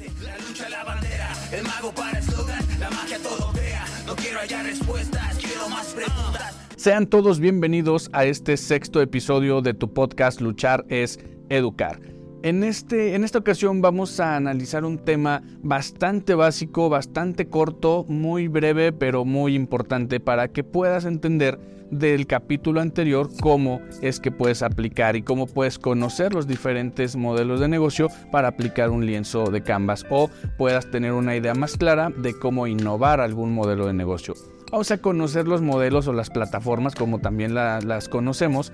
La lucha, la bandera, el mago para eslogan, la magia todo crea. No quiero hallar respuestas, quiero más preguntas. Sean todos bienvenidos a este sexto episodio de tu podcast Luchar es Educar. En esta ocasión vamos a analizar un tema bastante básico, bastante corto, muy breve, pero muy importante para que puedas entender del capítulo anterior cómo es que puedes aplicar y cómo puedes conocer los diferentes modelos de negocio para aplicar un lienzo de Canvas o puedas tener una idea más clara de cómo innovar algún modelo de negocio. Vamos a conocer los modelos o las plataformas, como también las conocemos,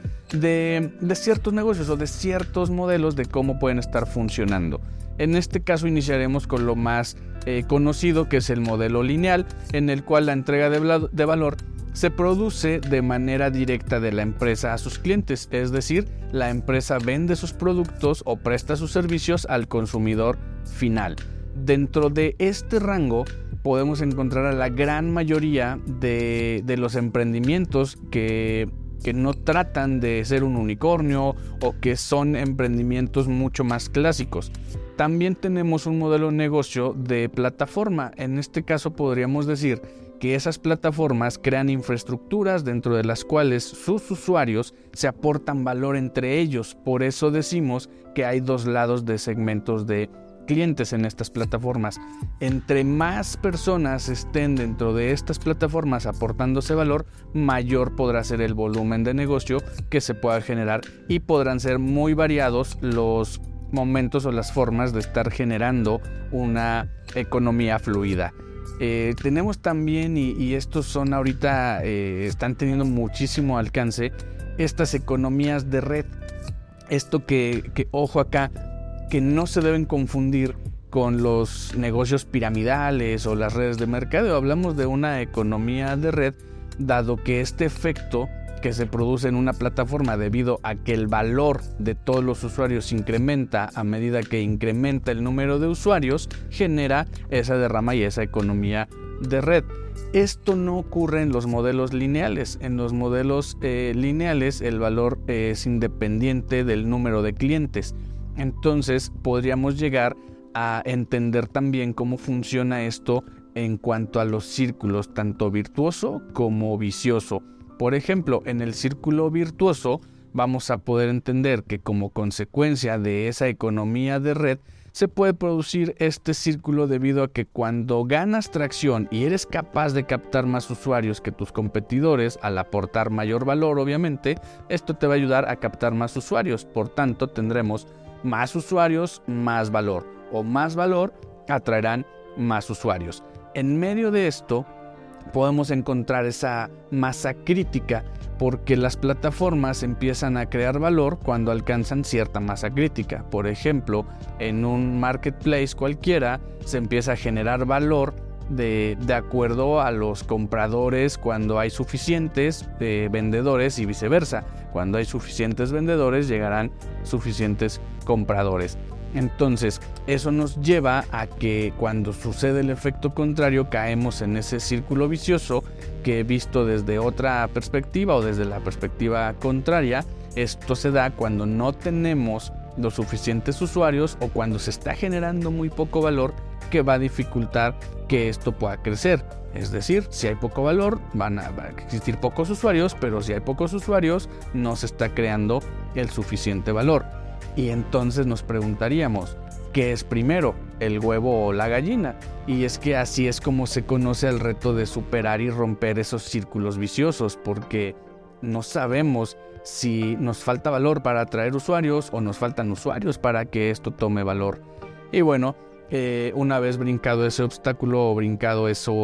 de ciertos negocios o de ciertos modelos de cómo pueden estar funcionando. En este caso iniciaremos con lo más conocido, que es el modelo lineal, en el cual la entrega de valor se produce de manera directa de la empresa a sus clientes, es decir, la empresa vende sus productos o presta sus servicios al consumidor final. Dentro de este rango podemos encontrar a la gran mayoría de los emprendimientos que no tratan de ser un unicornio o que son emprendimientos mucho más clásicos. También tenemos un modelo de negocio de plataforma. En este caso podríamos decir que esas plataformas crean infraestructuras dentro de las cuales sus usuarios se aportan valor entre ellos. Por eso decimos que hay dos lados de segmentos de clientes en estas plataformas. Entre más personas estén dentro de estas plataformas aportándose valor, mayor podrá ser el volumen de negocio que se pueda generar y podrán ser muy variados los momentos o las formas de estar generando una economía fluida. Tenemos también, y estos son ahorita, están teniendo muchísimo alcance, estas economías de red. Esto que ojo acá, que no se deben confundir con los negocios piramidales o las redes de mercadeo. Hablamos de una economía de red, dado que este efecto que se produce en una plataforma debido a que el valor de todos los usuarios incrementa a medida que incrementa el número de usuarios, genera esa derrama y esa economía de red. Esto no ocurre en los modelos lineales. En los modelos lineales el valor es independiente del número de clientes. Entonces podríamos llegar a entender también cómo funciona esto en cuanto a los círculos, tanto virtuoso como vicioso. Por ejemplo, en el círculo virtuoso vamos a poder entender que como consecuencia de esa economía de red se puede producir este círculo debido a que cuando ganas tracción y eres capaz de captar más usuarios que tus competidores al aportar mayor valor, obviamente, esto te va a ayudar a captar más usuarios. Por tanto, tendremos más usuarios, más valor, o más valor atraerán más usuarios. En medio de esto podemos encontrar esa masa crítica porque las plataformas empiezan a crear valor cuando alcanzan cierta masa crítica. Por ejemplo, en un marketplace cualquiera se empieza a generar valor de acuerdo a los compradores cuando hay suficientes vendedores y viceversa. Cuando hay suficientes vendedores llegarán suficientes compradores. Entonces, eso nos lleva a que cuando sucede el efecto contrario caemos en ese círculo vicioso que, visto desde otra perspectiva o desde la perspectiva contraria, esto se da cuando no tenemos los suficientes usuarios o cuando se está generando muy poco valor, que va a dificultar que esto pueda crecer. Es decir, si hay poco valor, van a existir pocos usuarios, pero si hay pocos usuarios, no se está creando el suficiente valor. Y entonces nos preguntaríamos, ¿qué es primero, el huevo o la gallina? Y es que así es como se conoce el reto de superar y romper esos círculos viciosos, porque no sabemos si nos falta valor para atraer usuarios o nos faltan usuarios para que esto tome valor. Y bueno, una vez brincado ese obstáculo o brincado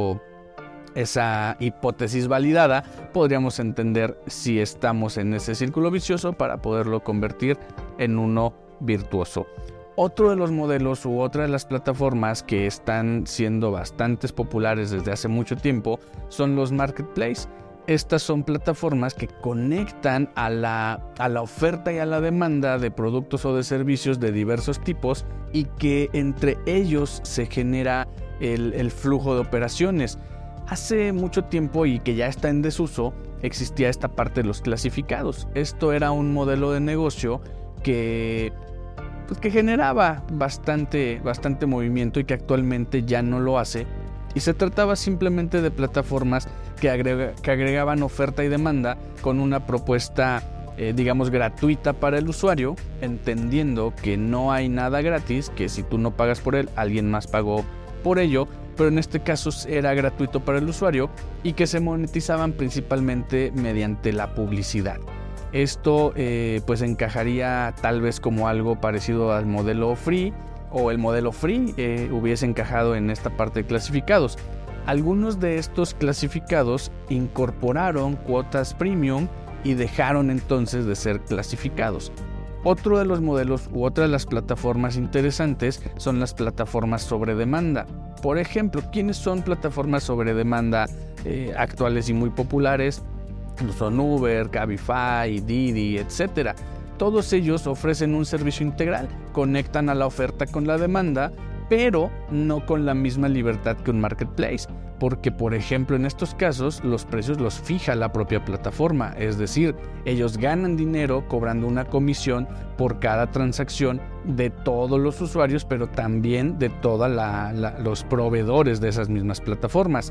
esa hipótesis validada, podríamos entender si estamos en ese círculo vicioso para poderlo convertir en uno virtuoso. Otro de los modelos u otra de las plataformas que están siendo bastante populares desde hace mucho tiempo son los marketplaces. Estas son plataformas que conectan a la oferta y a la demanda de productos o de servicios de diversos tipos y que entre ellos se genera el flujo de operaciones. Hace mucho tiempo y que ya está en desuso, existía esta parte de los clasificados. Esto era un modelo de negocio que pues que generaba bastante movimiento y que actualmente ya no lo hace. Y se trataba simplemente de plataformas que agregaban oferta y demanda con una propuesta, digamos, gratuita para el usuario, entendiendo que no hay nada gratis, que si tú no pagas por él, alguien más pagó por ello, pero en este caso era gratuito para el usuario y que se monetizaban principalmente mediante la publicidad. Esto pues encajaría tal vez como algo parecido al modelo free, o el modelo free hubiese encajado en esta parte de clasificados. Algunos de estos clasificados incorporaron cuotas premium y dejaron entonces de ser clasificados. Otro de los modelos u otra de las plataformas interesantes son las plataformas sobre demanda. Por ejemplo, ¿quiénes son plataformas sobre demanda actuales y muy populares? Son Uber, Cabify, Didi, etc. Todos ellos ofrecen un servicio integral, conectan a la oferta con la demanda, pero no con la misma libertad que un marketplace, porque por ejemplo en estos casos los precios los fija la propia plataforma, es decir, ellos ganan dinero cobrando una comisión por cada transacción de todos los usuarios, pero también de todos los proveedores de esas mismas plataformas.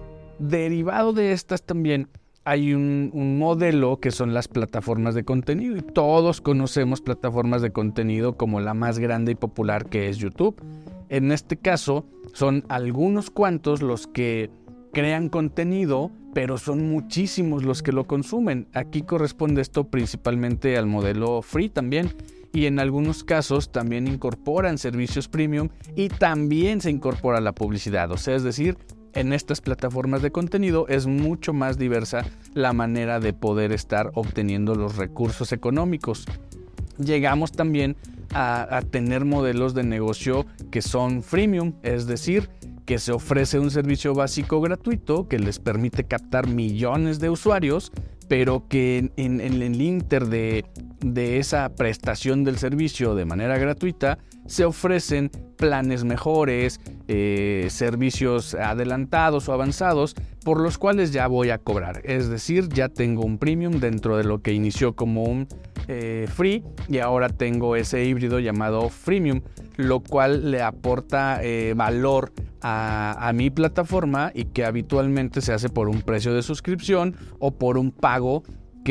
Derivado de estas también hay un modelo que son las plataformas de contenido, y todos conocemos plataformas de contenido como la más grande y popular, que es YouTube. En este caso son algunos cuantos los que crean contenido, pero son muchísimos los que lo consumen. Aquí corresponde esto principalmente al modelo free también, y en algunos casos también incorporan servicios premium y también se incorpora la publicidad. O sea, es decir, en estas plataformas de contenido es mucho más diversa la manera de poder estar obteniendo los recursos económicos. Llegamos también a tener modelos de negocio que son freemium, es decir, que se ofrece un servicio básico gratuito que les permite captar millones de usuarios, pero que en el inter de esa prestación del servicio de manera gratuita se ofrecen planes mejores, servicios adelantados o avanzados, por los cuales ya voy a cobrar. Es decir, ya tengo un premium dentro de lo que inició como un free, y ahora tengo ese híbrido llamado freemium, lo cual le aporta valor a mi plataforma, y que habitualmente se hace por un precio de suscripción o por un pago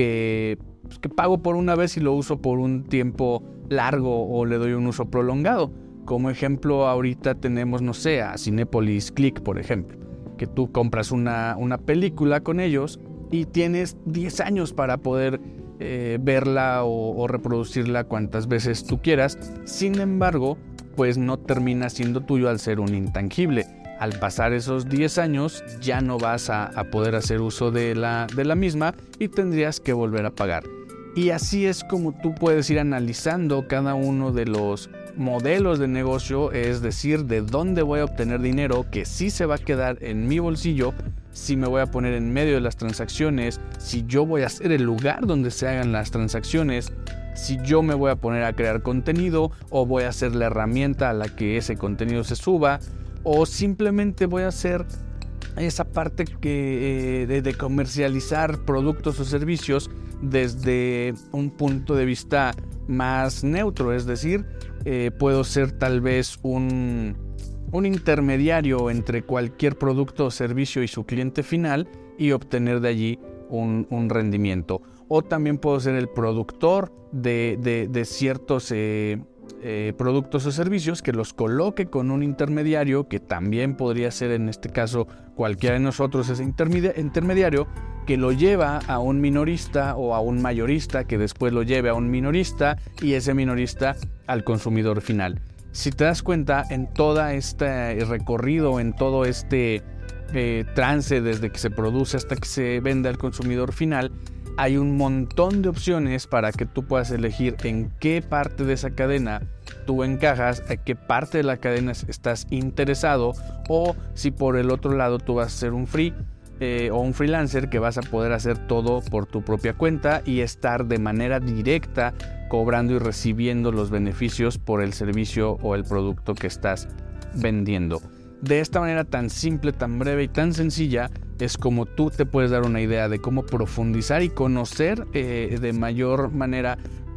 que pago por una vez y lo uso por un tiempo largo o le doy un uso prolongado. Como ejemplo, ahorita tenemos, no sé, a Cinépolis Click, por ejemplo, que tú compras una película con ellos y tienes 10 años para poder verla o reproducirla cuantas veces tú quieras. Sin embargo, pues no termina siendo tuyo al ser un intangible. Al pasar esos 10 años ya no vas a poder hacer uso de la misma y tendrías que volver a pagar. Y así es como tú puedes ir analizando cada uno de los modelos de negocio, es decir, de dónde voy a obtener dinero que sí se va a quedar en mi bolsillo, si me voy a poner en medio de las transacciones, si yo voy a ser el lugar donde se hagan las transacciones, si yo me voy a poner a crear contenido o voy a ser la herramienta a la que ese contenido se suba, o simplemente voy a hacer esa parte de comercializar productos o servicios desde un punto de vista más neutro, es decir, puedo ser tal vez un intermediario entre cualquier producto o servicio y su cliente final y obtener de allí un rendimiento. O también puedo ser el productor de ciertos productos o servicios que los coloque con un intermediario, que también podría ser en este caso cualquiera de nosotros ese intermediario, que lo lleva a un minorista o a un mayorista, que después lo lleve a un minorista y ese minorista al consumidor final. Si te das cuenta, en todo este recorrido, en todo este trance desde que se produce hasta que se vende al consumidor final, hay un montón de opciones para que tú puedas elegir en qué parte de esa cadena tú encajas, a qué parte de la cadena estás interesado, o si por el otro lado tú vas a ser un free o un freelancer que vas a poder hacer todo por tu propia cuenta y estar de manera directa cobrando y recibiendo los beneficios por el servicio o el producto que estás vendiendo. De esta manera tan simple, tan breve y tan sencilla es como tú te puedes dar una idea de cómo profundizar y conocer de mayor manera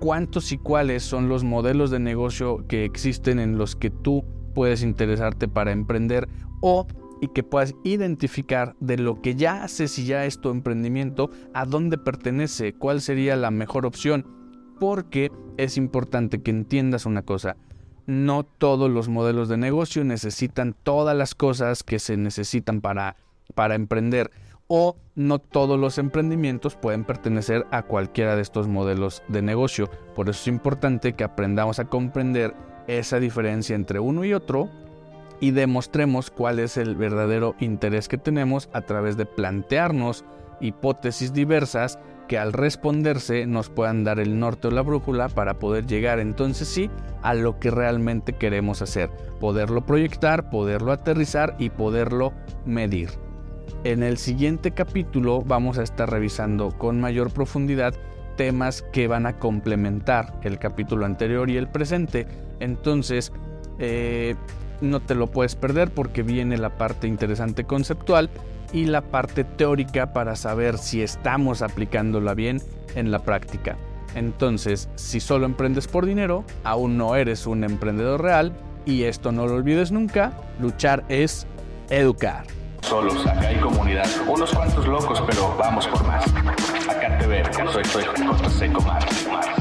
cuántos y cuáles son los modelos de negocio que existen en los que tú puedes interesarte para emprender y que puedas identificar de lo que ya haces y ya es tu emprendimiento, a dónde pertenece, cuál sería la mejor opción, porque es importante que entiendas una cosa: no todos los modelos de negocio necesitan todas las cosas que se necesitan para emprender, o no todos los emprendimientos pueden pertenecer a cualquiera de estos modelos de negocio. Por eso es importante que aprendamos a comprender esa diferencia entre uno y otro y demostremos cuál es el verdadero interés que tenemos a través de plantearnos hipótesis diversas que al responderse nos puedan dar el norte o la brújula para poder llegar entonces sí a lo que realmente queremos hacer, poderlo proyectar, poderlo aterrizar y poderlo medir. En el siguiente capítulo vamos a estar revisando con mayor profundidad temas que van a complementar el capítulo anterior y el presente. Entonces, no te lo puedes perder porque viene la parte interesante conceptual y la parte teórica para saber si estamos aplicándola bien en la práctica. Entonces, si solo emprendes por dinero, aún no eres un emprendedor real, y esto no lo olvides nunca: luchar es educar. Solos, acá hay comunidad, unos cuantos locos, pero vamos por más. Acá te veo, soy José Seco Mar.